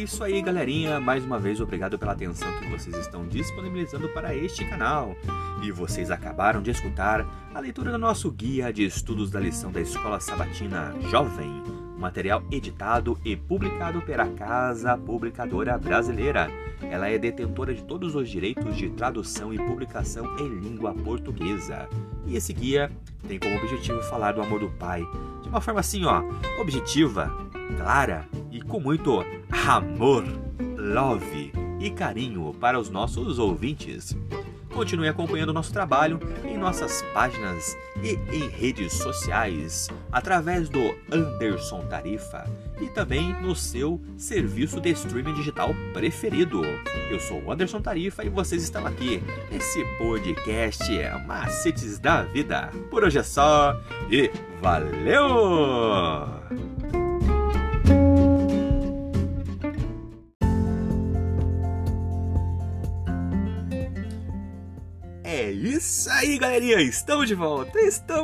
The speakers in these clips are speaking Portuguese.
isso aí, galerinha. Mais uma vez, obrigado pela atenção que vocês estão disponibilizando para este canal. E vocês acabaram de escutar a leitura do nosso guia de estudos da lição da Escola Sabatina Jovem, material editado e publicado pela Casa Publicadora Brasileira. Ela é detentora de todos os direitos de tradução e publicação em língua portuguesa. E esse guia tem como objetivo falar do amor do Pai de uma forma assim, objetiva, clara e com muito amor, love e carinho para os nossos ouvintes. Continue acompanhando o nosso trabalho em nossas páginas e em redes sociais, através do Anderson Tarifa e também no seu serviço de streaming digital preferido. Eu sou o Anderson Tarifa e vocês estão aqui nesse podcast Macetes da Vida. Por hoje é só e valeu! É isso aí, galerinha! Estamos de volta!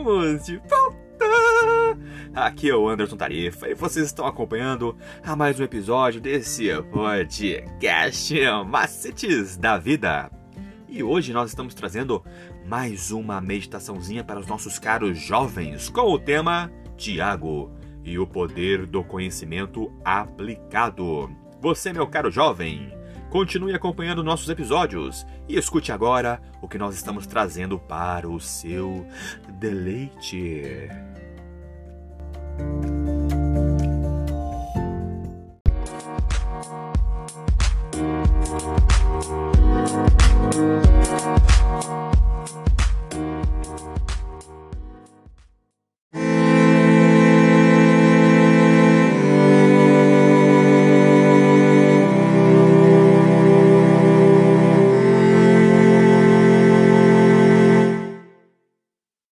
Aqui é o Anderson Tarifa e vocês estão acompanhando a mais um episódio desse podcast Macetes da Vida. E hoje nós estamos trazendo mais uma meditaçãozinha para os nossos caros jovens com o tema Tiago e o poder do conhecimento aplicado. Você, meu caro jovem, continue acompanhando nossos episódios e escute agora o que nós estamos trazendo para o seu deleite.